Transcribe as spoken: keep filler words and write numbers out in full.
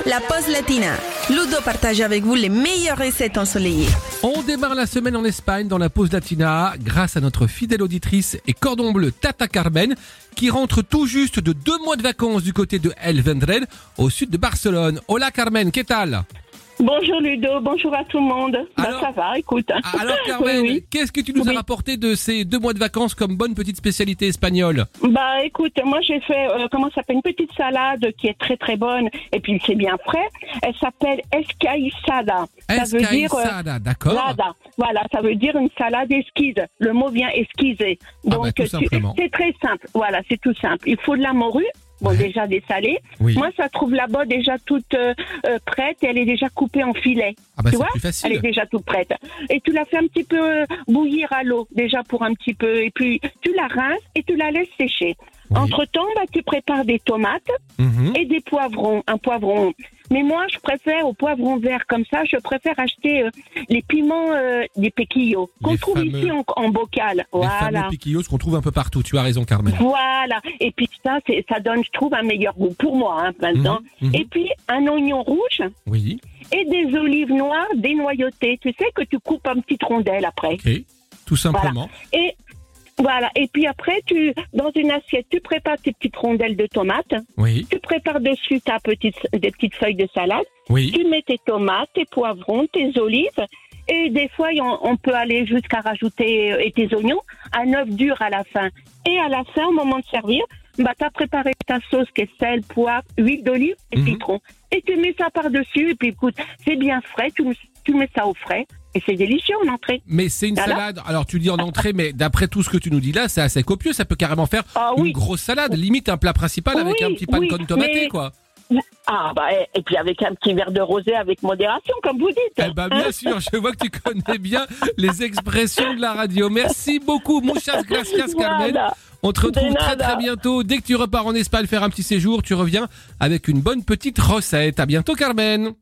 La pause latina. Ludo partage avec vous les meilleures recettes ensoleillées. On démarre la semaine en Espagne dans la pause latina grâce à notre fidèle auditrice et cordon bleu Tata Carmen qui rentre tout juste de deux mois de vacances du côté de El Vendrell au sud de Barcelone. Hola Carmen, ¿qué tal? Bonjour Ludo, bonjour à tout le monde. Alors, bah, ça va, écoute. Alors Carmen, oui, oui. qu'est-ce que tu nous as Oui. rapporté de ces deux mois de vacances comme bonne petite spécialité espagnole? Bah écoute, moi j'ai fait, euh, comment ça s'appelle, une petite salade qui est très très bonne et puis c'est bien frais. Elle s'appelle escaïsada. Ça veut dire euh, Escaïsada, d'accord. Lada. Voilà, ça veut dire une salade esquisse. Le mot vient esquisser. Ah bah, Donc tout tu- simplement. c'est très simple. Voilà, c'est tout simple. Il faut de la morue. Bon, Ouais. déjà des salés. Oui. Moi, ça trouve là-bas déjà toute euh, euh, prête et elle est déjà coupée en filets. Ah bah tu c'est vois plus facile. Elle est déjà toute prête. Et tu la fais un petit peu euh, bouillir à l'eau, déjà pour un petit peu. Et puis, tu la rinces et tu la laisses sécher. Oui. Entre-temps, bah, tu prépares des tomates Mhm. et des poivrons. Un poivron. Mais moi, je préfère au poivron vert comme ça, je préfère acheter euh, les piments euh, des pequillos qu'on Les trouve fameux- ici en, en bocal. Les Voilà. fameux piquillos qu'on trouve un peu partout, tu as raison Carmen. Voilà. Et puis ça, c'est, ça donne, je trouve, un meilleur goût pour moi, hein, maintenant. Mhm, mhm. Et puis un oignon rouge Oui, et des olives noires dénoyautées. Tu sais que tu coupes en petites rondelles après. ok, tout simplement. Et voilà. Et puis après, tu, dans une assiette, tu prépares tes petites rondelles de tomates. Oui, Tu prépares dessus ta petite, des petites feuilles de salade. oui. Tu mets tes tomates, tes poivrons, tes olives. Et des fois, on, on peut aller jusqu'à rajouter euh, et tes oignons, un œuf dur à la fin. Et à la fin, au moment de servir, bah, tu as préparé ta sauce qui est sel, poivre, huile d'olive et Mhm. citron. Et tu mets ça par-dessus. Et puis écoute, c'est bien frais. Tu, tu mets ça au frais. Et c'est délicieux en entrée. Mais c'est une Voilà. salade, alors tu dis en entrée, mais d'après tout ce que tu nous dis là, c'est assez copieux, ça peut carrément faire Ah une oui. grosse salade, limite un plat principal avec Oui, un petit pan oui, con tomaté, mais- quoi. Ah, bah, et, et puis avec un petit verre de rosé avec modération, comme vous dites. Eh ben bien sûr, je vois que tu connais bien les expressions de la radio. Merci beaucoup, muchas gracias Carmen. Voilà. On te retrouve De très nada. très bientôt. Dès que tu repars en Espagne faire un petit séjour, tu reviens avec une bonne petite recette. À bientôt Carmen.